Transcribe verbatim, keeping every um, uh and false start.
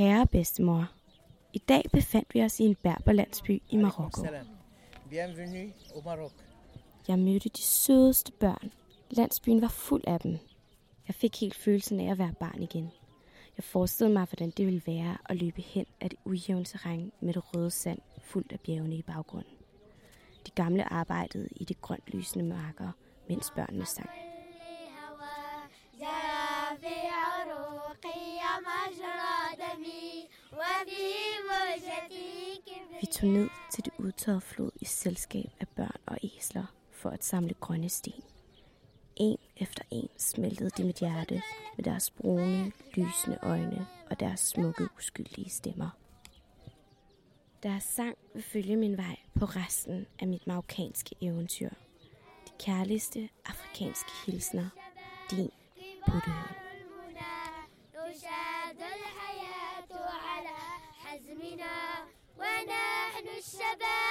Kære bedstemor, i dag befandt vi os i en berberlandsby i Marokko. Bienvenue au Maroc. Jeg mødte de sødeste børn. Landsbyen var fuld af dem. Jeg fik helt følelsen af at være barn igen. Jeg forestillede mig, hvordan det ville være at løbe hen af det ujævne terræn med det røde sand fuldt af bjergene i baggrunden. De gamle arbejdede i det grønt lysende marker, mens børnene sang. Vi tog ned til det udtørrede flod i selskab af børn og æsler for at samle grønne sten. En efter en smeltede de mit hjerte med deres brune, lysende øjne og deres smukke, uskyldige stemmer. Deres sang vil følge min vej på resten af mit marokkanske eventyr. De kærligste afrikanske hilsner, din Buddehøn. ونحن الشباب